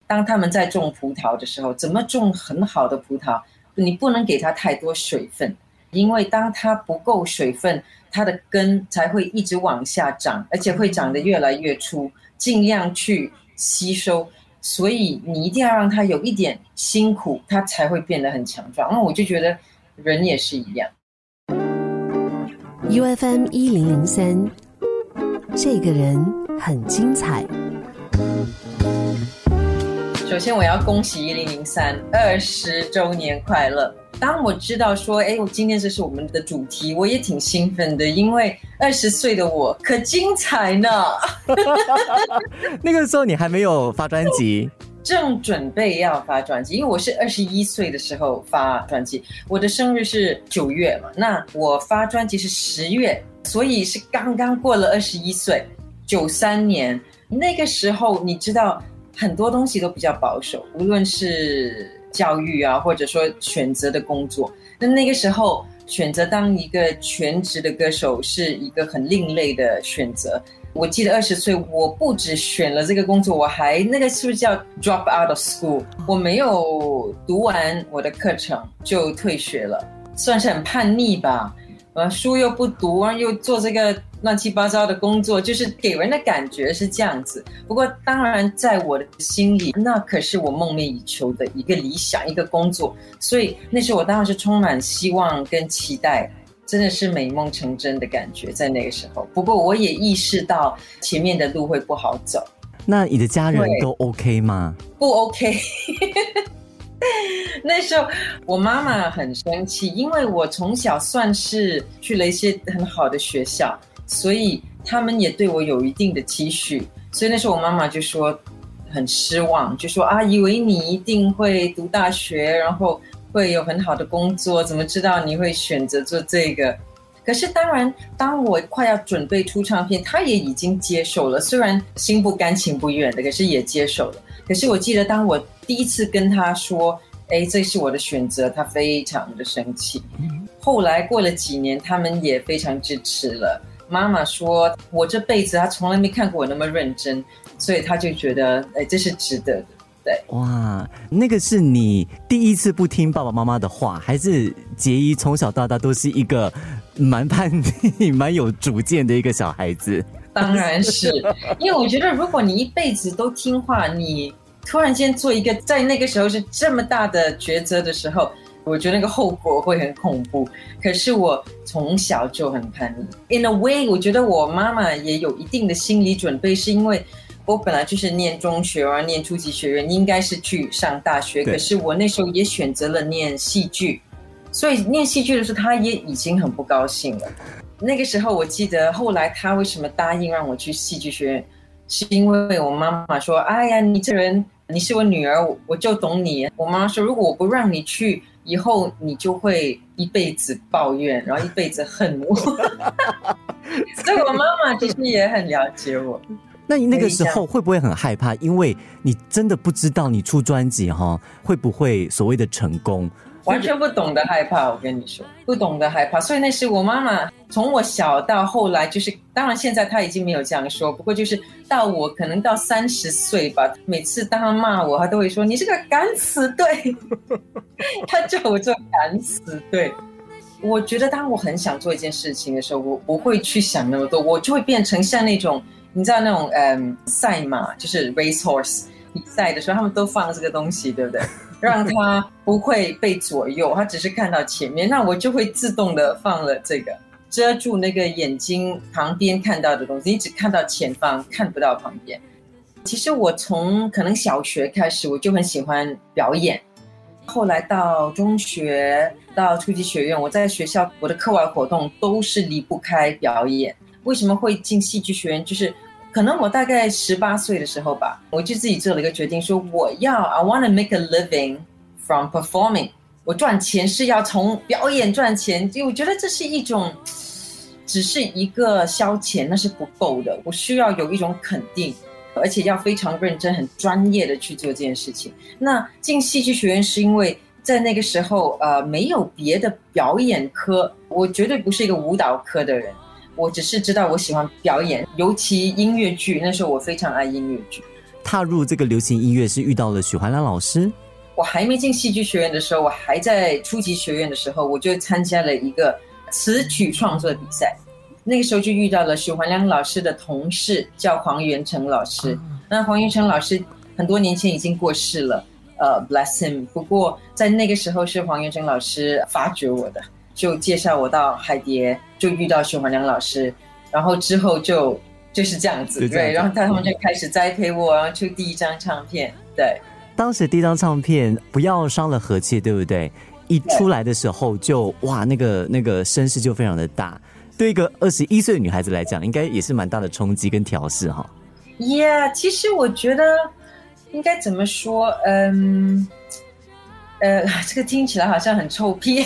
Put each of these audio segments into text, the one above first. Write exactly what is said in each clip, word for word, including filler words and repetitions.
当他们在种葡萄的时候，怎么种很好的葡萄，你不能给它太多水分，因为当它不够水分，它的根才会一直往下长，而且会长得越来越粗，尽量去吸收，所以你一定要让它有一点辛苦，它才会变得很强壮。那我就觉得人也是一样。 U F M 一零零三，这个人很精彩。 首先我要恭喜一零零三二十周年快乐。当我知道说哎，我今天这是我们的主题，我也挺兴奋的，因为二十岁的我可精彩呢。 那个时候你还没有发专辑， 正准备要发专辑，因为我是二十一岁的时候发专辑，我的生日是九月嘛，那我发专辑是十月，所以是刚刚过了二十一岁。九三年那个时候，你知道很多东西都比较保守，无论是教育啊，或者说选择的工作。那那个时候选择当一个全职的歌手是一个很另类的选择。我记得二十岁，我不只选了这个工作，我还那个是不是叫 drop out of school？ 我没有读完我的课程就退学了，算是很叛逆吧。呃，书又不读，又做这个乱七八糟的工作，就是给人的感觉是这样子。不过当然在我的心里，那可是我梦寐以求的一个理想，一个工作，所以那时候我当然是充满希望跟期待，真的是美梦成真的感觉在那个时候。不过我也意识到前面的路会不好走。 那你的家人都 OK 吗？ 不 OK。那时候我妈妈很生气，因为我从小算是去了一些很好的学校，所以他们也对我有一定的期许，所以那时候我妈妈就说很失望，就说啊，以为你一定会读大学，然后会有很好的工作，怎么知道你会选择做这个。可是当然当我快要准备出唱片，他也已经接受了，虽然心不甘情不愿的，可是也接受了。可是我记得当我第一次跟他说哎，这是我的选择，他非常的生气。后来过了几年，他们也非常支持了。妈妈说我这辈子他从来没看过我那么认真，所以他就觉得哎，这是值得的。对， 哇，那个是你第一次不听爸爸妈妈的话，还是杰伊从小到大都是一个蛮叛逆蛮有主见的一个小孩子？ 当然是，因为我觉得如果你一辈子都听话，你突然间做一个在那个时候是这么大的抉择的时候，我觉得那个后果会很恐怖。可是我从小就很叛逆 In a way， 我觉得我妈妈也有一定的心理准备，是因为我本来就是念中学啊，念初级学院，应该是去上大学，可是我那时候也选择了念戏剧，所以念戏剧的时候她也已经很不高兴了。那个时候我记得后来她为什么答应让我去戏剧学院，是因为我妈妈说哎呀，你这人，你是我女儿，我就懂你。我妈妈说如果我不让你去，以后你就会一辈子抱怨，然后一辈子恨我。所以我妈妈其实也很了解我。 那你那个时候会不会很害怕？因为你真的不知道你出专辑哈会不会所谓的成功， 完全不懂得害怕。我跟你说，不懂得害怕。所以那是我妈妈从我小到后来，就是当然现在她已经没有这样说，不过就是到我可能到三十岁吧，每次当她骂我，她都会说你是个敢死队。她叫我做敢死队。我觉得当我很想做一件事情的时候，我不会去想那么多，我就会变成像那种你知道那种嗯赛马，就是 race horse 比赛的时候，他们都放这个东西，对不对？让他不会被左右，他只是看到前面，那我就会自动的放了这个遮住那个眼睛旁边看到的东西，你只看到前方，看不到旁边。其实我从可能小学开始我就很喜欢表演，后来到中学到初级学院，我在学校我的课外活动都是离不开表演。为什么会进戏剧学院，就是可能我大概十八岁的时候吧，我就自己做了一个决定，说我要 I want to make a living from performing， 我赚钱是要从表演赚钱，因为我觉得这是一种只是一个消遣，那是不够的，我需要有一种肯定，而且要非常认真很专业的去做这件事情。那进戏剧学院是因为在那个时候呃，没有别的表演科，我绝对不是一个舞蹈科的人，我只是知道我喜欢表演，尤其音乐剧，那时候我非常爱音乐剧。 踏入这个流行音乐是遇到了许怀良老师？ 我还没进戏剧学院的时候，我还在初级学院的时候，我就参加了一个词曲创作比赛。那个时候就遇到了许怀良老师的同事，叫黄元成老师。那黄元成老师很多年前已经过世了，呃 ，bless him。不过在那个时候是黄元成老师发掘我的，就介绍我到海蝶，就遇到许怀良老师，然后之后就就是这样子， 就这样子对。然后他们就开始栽培我，然后出第一张唱片，对。 当时第一张唱片不要伤了和气，对不对？一出来的时候就哇，那个那个声势就非常的大，对一个二十一岁的女孩子来讲，应该也是蛮大的冲击跟调试哈。 Yeah， 其实我觉得应该怎么说，嗯，呃，这个听起来好像很臭屁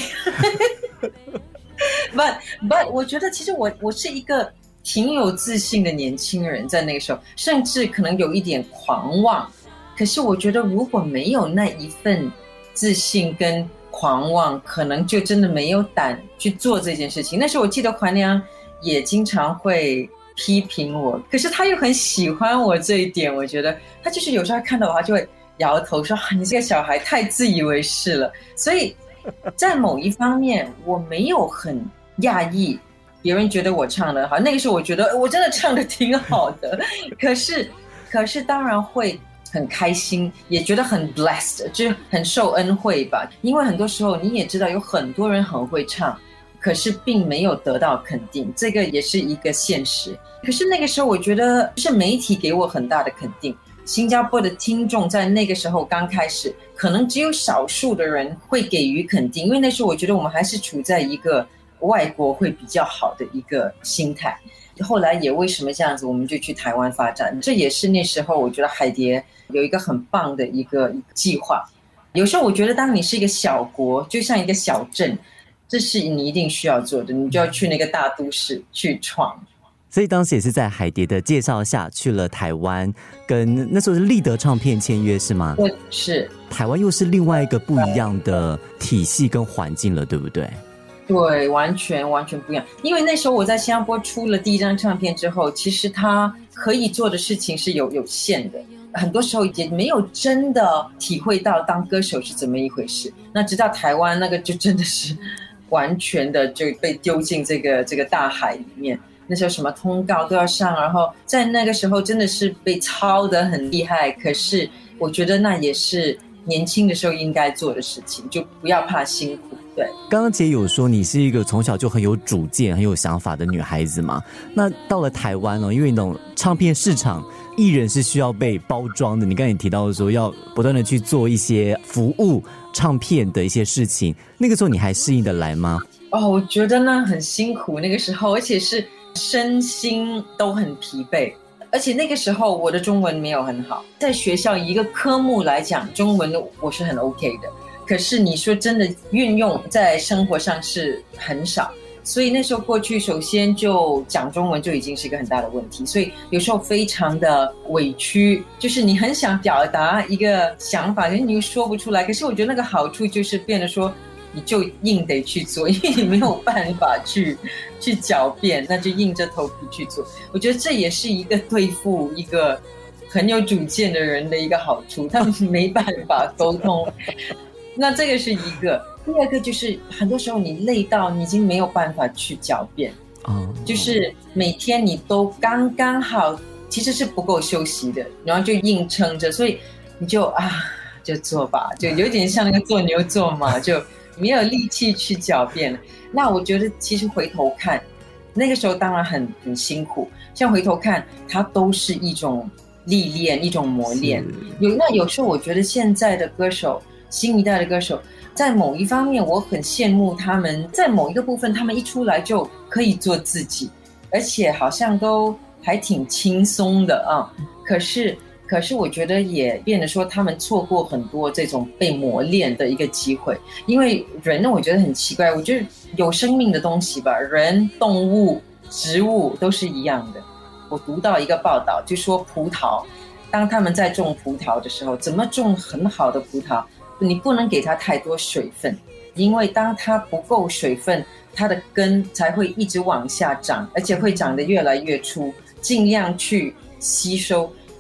，but but 我觉得其实我我是一个挺有自信的年轻人，在那个时候，甚至可能有一点狂妄。可是我觉得如果没有那一份自信跟狂妄，可能就真的没有胆去做这件事情。那时候我记得怀良也经常会批评我，可是他又很喜欢我这一点。我觉得他就是有时候看到我，他就会摇头说、啊、你这个小孩太自以为是了。所以在某一方面我没有很讶异别人觉得我唱得好，那个时候我觉得我真的唱得挺好的，可是可是当然会很开心，也觉得很 blessed， 就是很受恩惠吧。因为很多时候你也知道有很多人很会唱，可是并没有得到肯定，这个也是一个现实。可是那个时候我觉得是媒体给我很大的肯定，新加坡的听众在那个时候刚开始可能只有少数的人会给予肯定，因为那时候我觉得我们还是处在一个外国会比较好的一个心态。后来也为什么这样子，我们就去台湾发展，这也是那时候我觉得海蝶有一个很棒的一个计划。有时候我觉得当你是一个小国，就像一个小镇，这是你一定需要做的，你就要去那个大都市去闯。 所以当时也是在海蝶的介绍下去了台湾，跟那时候是立德唱片签约是吗？ 对，是。 台湾又是另外一个不一样的体系跟环境了，对不对？ 对，完全完全不一样。因为那时候我在新加坡出了第一张唱片之后，其实他可以做的事情是有有限的，很多时候也没有真的体会到当歌手是怎么一回事。那直到台湾那个就真的是完全的就被丢进这个这个大海里面，那时候什么通告都要上，然后在那个时候真的是被操得很厉害。可是我觉得那也是年轻的时候应该做的事情，就不要怕辛苦。对， 刚刚姐有说你是一个从小就很有主见很有想法的女孩子嘛，那到了台湾哦，因为那种唱片市场艺人是需要被包装的，你刚才也提到说要不断的去做一些服务唱片的一些事情，那个时候你还适应得来吗？ 哦，我觉得呢很辛苦，那个时候而且是身心都很疲惫，而且那个时候我的中文没有很好，在学校一个科目来讲中文我是很 OK 的，可是你说真的运用在生活上是很少，所以那时候过去首先就讲中文就已经是一个很大的问题，所以有时候非常的委屈，就是你很想表达一个想法，可是你又说不出来。可是我觉得那个好处就是变得说你就硬得去做，因为你没有办法去去狡辩，那就硬着头皮去做。我觉得这也是一个对付一个很有主见的人的一个好处，他们没办法沟通那这个是一个。第二个就是很多时候你累到你已经没有办法去狡辩，哦，就是每天你都刚刚好，其实是不够休息的，然后就硬撑着，所以你就啊就做吧，就有点像那个做牛做马，就没有力气去狡辩了。那我觉得其实回头看那个时候当然很很辛苦，像回头看它都是一种历练，一种磨练。有那有时候我觉得现在的歌手，新一代的歌手，在某一方面我很羡慕他们，在某一个部分他们一出来就可以做自己，而且好像都还挺轻松的啊。可是可是我觉得也变得说他们错过很多这种被磨练的一个机会。因为人呢我觉得很奇怪，我觉得有生命的东西吧，人动物植物都是一样的。我读到一个报道就说葡萄，当他们在种葡萄的时候，怎么种很好的葡萄，你不能给它太多水分，因为当它不够水分，它的根才会一直往下长，而且会长得越来越粗，尽量去吸收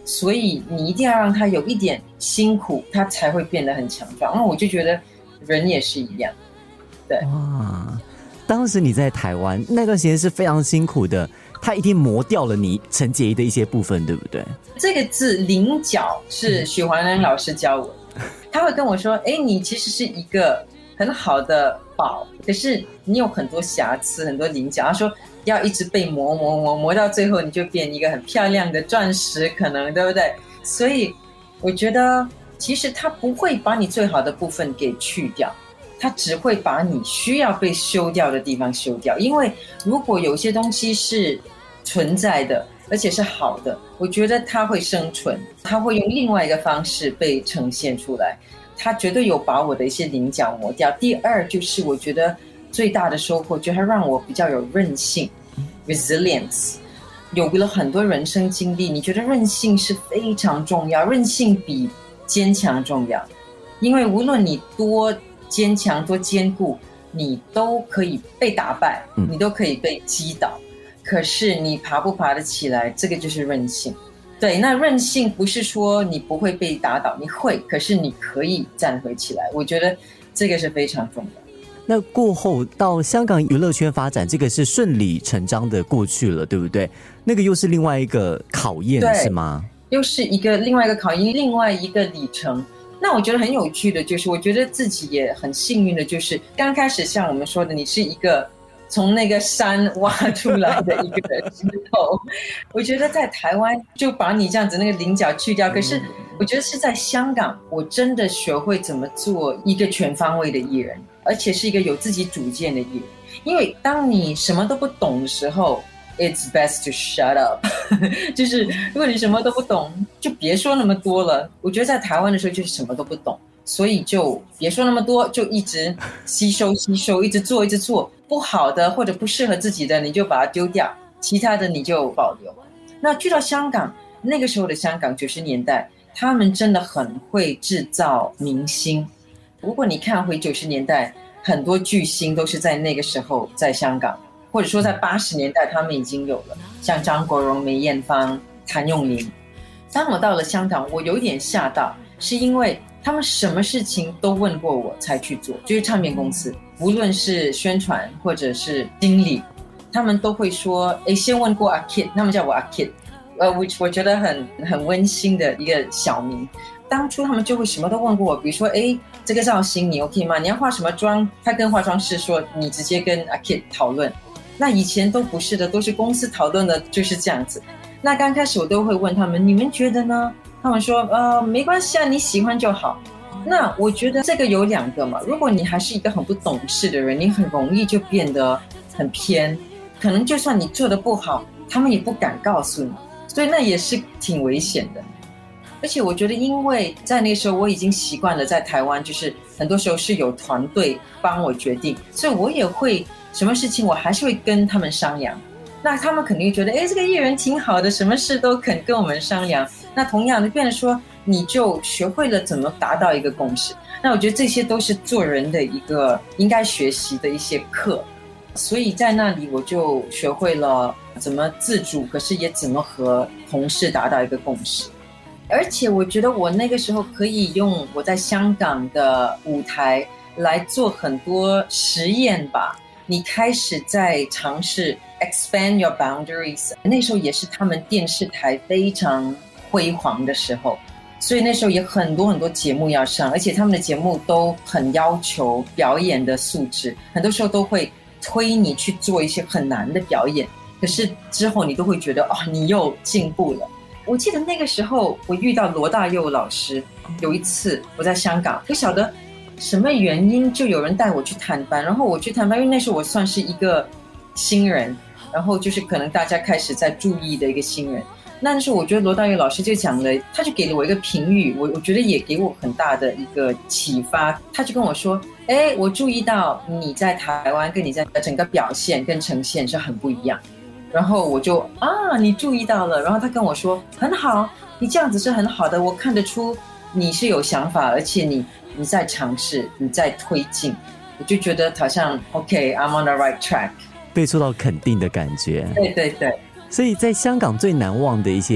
所以你一定要让他有一点辛苦，他才会变得很强壮。那我就觉得人也是一样，对。 哇，当时你在台湾那段时间是非常辛苦的，他一定磨掉了你陈洁仪的一些部分，对不对？ 这个字菱角是许怀仁老师教我，他会跟我说，哎，你其实是一个很好的宝，可是你有很多瑕疵，很多菱角。他说要一直被磨磨磨磨到最后，你就变一个很漂亮的钻石，可能对不对？所以我觉得其实他不会把你最好的部分给去掉，他只会把你需要被修掉的地方修掉。因为如果有些东西是存在的，而且是好的，我觉得它会生存，它会用另外一个方式被呈现出来，它绝对有把我的一些棱角磨掉。第二就是我觉得最大的收获，就是它让我比较有韧性 resilience， 有了很多人生经历，你觉得韧性是非常重要，韧性比坚强重要。因为无论你多坚强多坚固，你都可以被打败，你都可以被击倒，可是你爬不爬得起来，这个就是韧性。对，那韧性不是说你不会被打倒，你会，可是你可以站回起来，我觉得这个是非常重要。 那过后到香港娱乐圈发展，这个是顺理成章的过去了，对不对？那个又是另外一个考验，是吗？ 又是一个另外一个考验，另外一个里程。那我觉得很有趣的就是，我觉得自己也很幸运的，就是刚开始像我们说的，你是一个从那个山挖出来的一个石头。我觉得在台湾就把你这样子那个棱角去掉，可是我觉得是在香港，我真的学会怎么做一个全方位的艺人，而且是一个有自己主见的艺人。因为当你什么都不懂的时候， it's best to shut up 就是如果你什么都不懂，就别说那么多了。我觉得在台湾的时候就是什么都不懂，所以就别说那么多，就一直吸收吸收，一直做一直做，不好的或者不适合自己的你就把它丢掉，其他的你就保留。那去到香港，那个时候的香港九十年代，他们真的很会制造明星。如果你看回九十年代，很多巨星都是在那个时候在香港，或者说在八十年代他们已经有了，像张国荣、梅艳芳、谭咏麟。当我到了香港，我有点吓到，是因为他们什么事情都问过我才去做，就是唱片公司无论是宣传或者是经理，他们都会说诶，先问过阿 Kid， 他们叫我阿 Kid， 呃，我觉得很很温馨的一个小名。当初他们就会什么都问过我，比如说诶，这个造型你 OK 吗？你要化什么妆？他跟化妆师说，你直接跟阿 Kid 讨论。那以前都不是的，都是公司讨论的，就是这样子。那刚开始我都会问他们，你们觉得呢？他们说呃，没关系啊，你喜欢就好。那我觉得这个有两个嘛，如果你还是一个很不懂事的人，你很容易就变得很偏，可能就算你做得不好，他们也不敢告诉你，所以那也是挺危险的。而且我觉得因为在那时候我已经习惯了在台湾，就是很多时候是有团队帮我决定，所以我也会什么事情我还是会跟他们商量。那他们肯定觉得诶，这个艺人挺好的，什么事都肯跟我们商量。那同样的变成说你就学会了怎么达到一个共识。那我觉得这些都是做人的一个应该学习的一些课，所以在那里我就学会了怎么自主，可是也怎么和同事达到一个共识。而且我觉得我那个时候可以用我在香港的舞台来做很多实验吧。你开始在尝试 expand your boundaries， 那时候也是他们电视台非常辉煌的时候，所以那时候也很多很多节目要上，而且他们的节目都很要求表演的素质，很多时候都会推你去做一些很难的表演，可是之后你都会觉得哦，你又进步了。我记得那个时候我遇到罗大佑老师，有一次我在香港，不晓得什么原因就有人带我去探班，然后我去探班，因为那时候我算是一个新人，然后就是可能大家开始在注意的一个新人。那时候我觉得罗大佑老师就讲了，他就给了我一个评语，我我觉得也给我很大的一个启发。他就跟我说，哎，我注意到你在台湾跟你在整个表现跟呈现是很不一样。然后我就啊，你注意到了。然后他跟我说，很好，你这样子是很好的，我看得出你是有想法，而且你你在尝试，你在推进。我就觉得好像 OK I'm on the right track， 被受到肯定的感觉。 对对对。 所以在香港最难忘的一些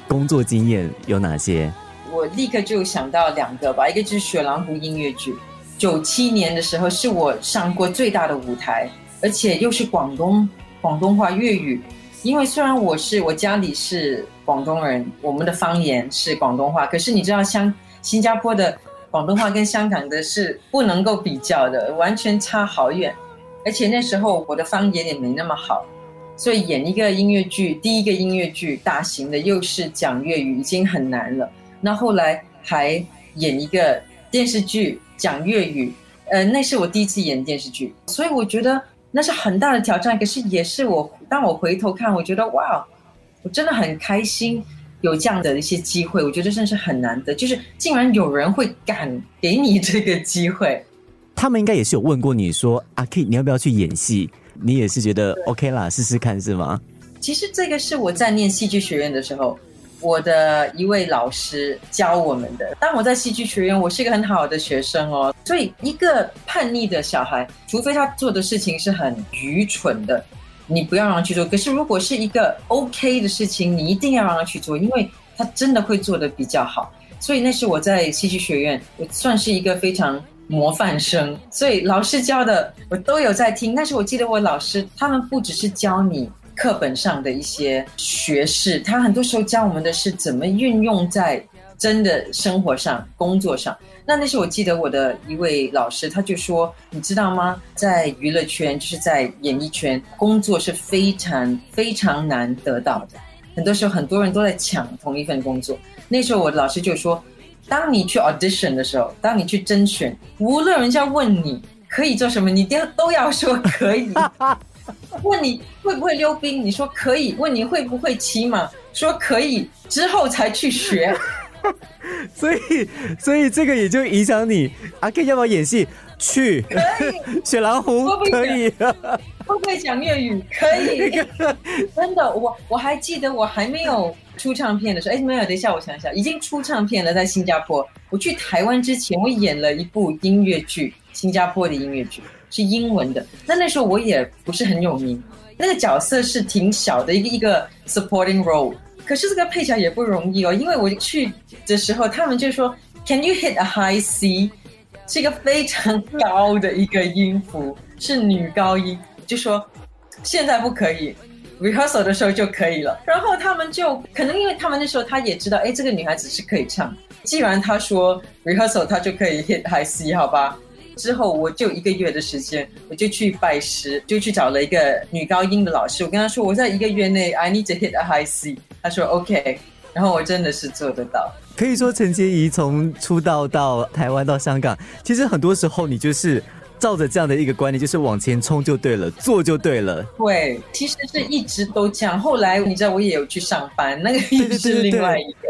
工作经验有哪些？ 我立刻就想到两个吧，一个就是雪狼湖音乐剧，九七年的时候是我上过最大的舞台，而且又是广东广东话粤语。因为虽然我是我家里是广东人，我们的方言是广东话，可是你知道香新加坡的广东话跟香港的是不能够比较的，完全差好远。而且那时候我的方言也没那么好，所以演一个音乐剧，第一个音乐剧大型的又是讲粤语，已经很难了。那后来还演一个电视剧讲粤语，呃，那是我第一次演电视剧，所以我觉得那是很大的挑战。可是也是我当我回头看，我觉得哇，我真的很开心有这样的一些机会，我觉得真是很难得，就是竟然有人会敢给你这个机会。 他们应该也是有问过你说阿 K 你要不要去演戏，你也是觉得 OK 啦，试试看是吗？ 其实这个是我在念戏剧学院的时候，我的一位老师教我们的。当我在戏剧学院，我是一个很好的学生哦，所以一个叛逆的小孩，除非他做的事情是很愚蠢的，你不要让他去做。可是如果是一个 OK 的事情，你一定要让他去做，因为他真的会做得比较好。所以那是我在戏剧学院，我算是一个非常模范生，所以老师教的我都有在听。但是我记得我老师他们不只是教你课本上的一些学识，他很多时候教我们的是怎么运用在真的生活上工作上。那那时候我记得我的一位老师他就说，你知道吗，在娱乐圈就是在演艺圈工作是非常非常难得到的，很多时候很多人都在抢同一份工作。那时候我的老师就说，当你去 audition 的时候，当你去甄选，无论人家问你可以做什么，你都要说可以。问你会不会溜冰，你说可以。问你会不会骑马，说可以，之后才去学。 所以所以这个也就影响你。阿 K 要不要演戏？去。 可以。 雪狼湖可以。 会不会讲粤语？可以。真的，我我还记得我还没有出唱片的时候，哎，没有，等一下我想想，已经出唱片了，在新加坡。我去台湾之前，我演了一部音乐剧，新加坡的音乐剧。是英文的，那那时候我也不是很有名，那个角色是挺小的一个一个 supporting role， 可是这个配角也不容易哦，因为我去的时候他们就说 Can you hit a high C， 是一个非常高的一个音符，是女高音，就说现在不可以， rehearsal 的时候就可以了。然后他们就可能因为他们那时候他也知道，哎，这个女孩子是可以唱，既然他说 rehearsal 他就可以 hit high C， 好吧。之后我就一个月的时间，我就去拜师，就去找了一个女高音的老师。我跟他说，我在一个月内 I need to hit a high C， 他说 OK， 然后我真的是做得到。 可以说陈洁仪从出道到台湾到香港，其实很多时候你就是照着这样的一个观念，就是往前冲就对了，做就对了。 对，其实是一直都这样。后来你知道我也有去上班，那个也是另外一个。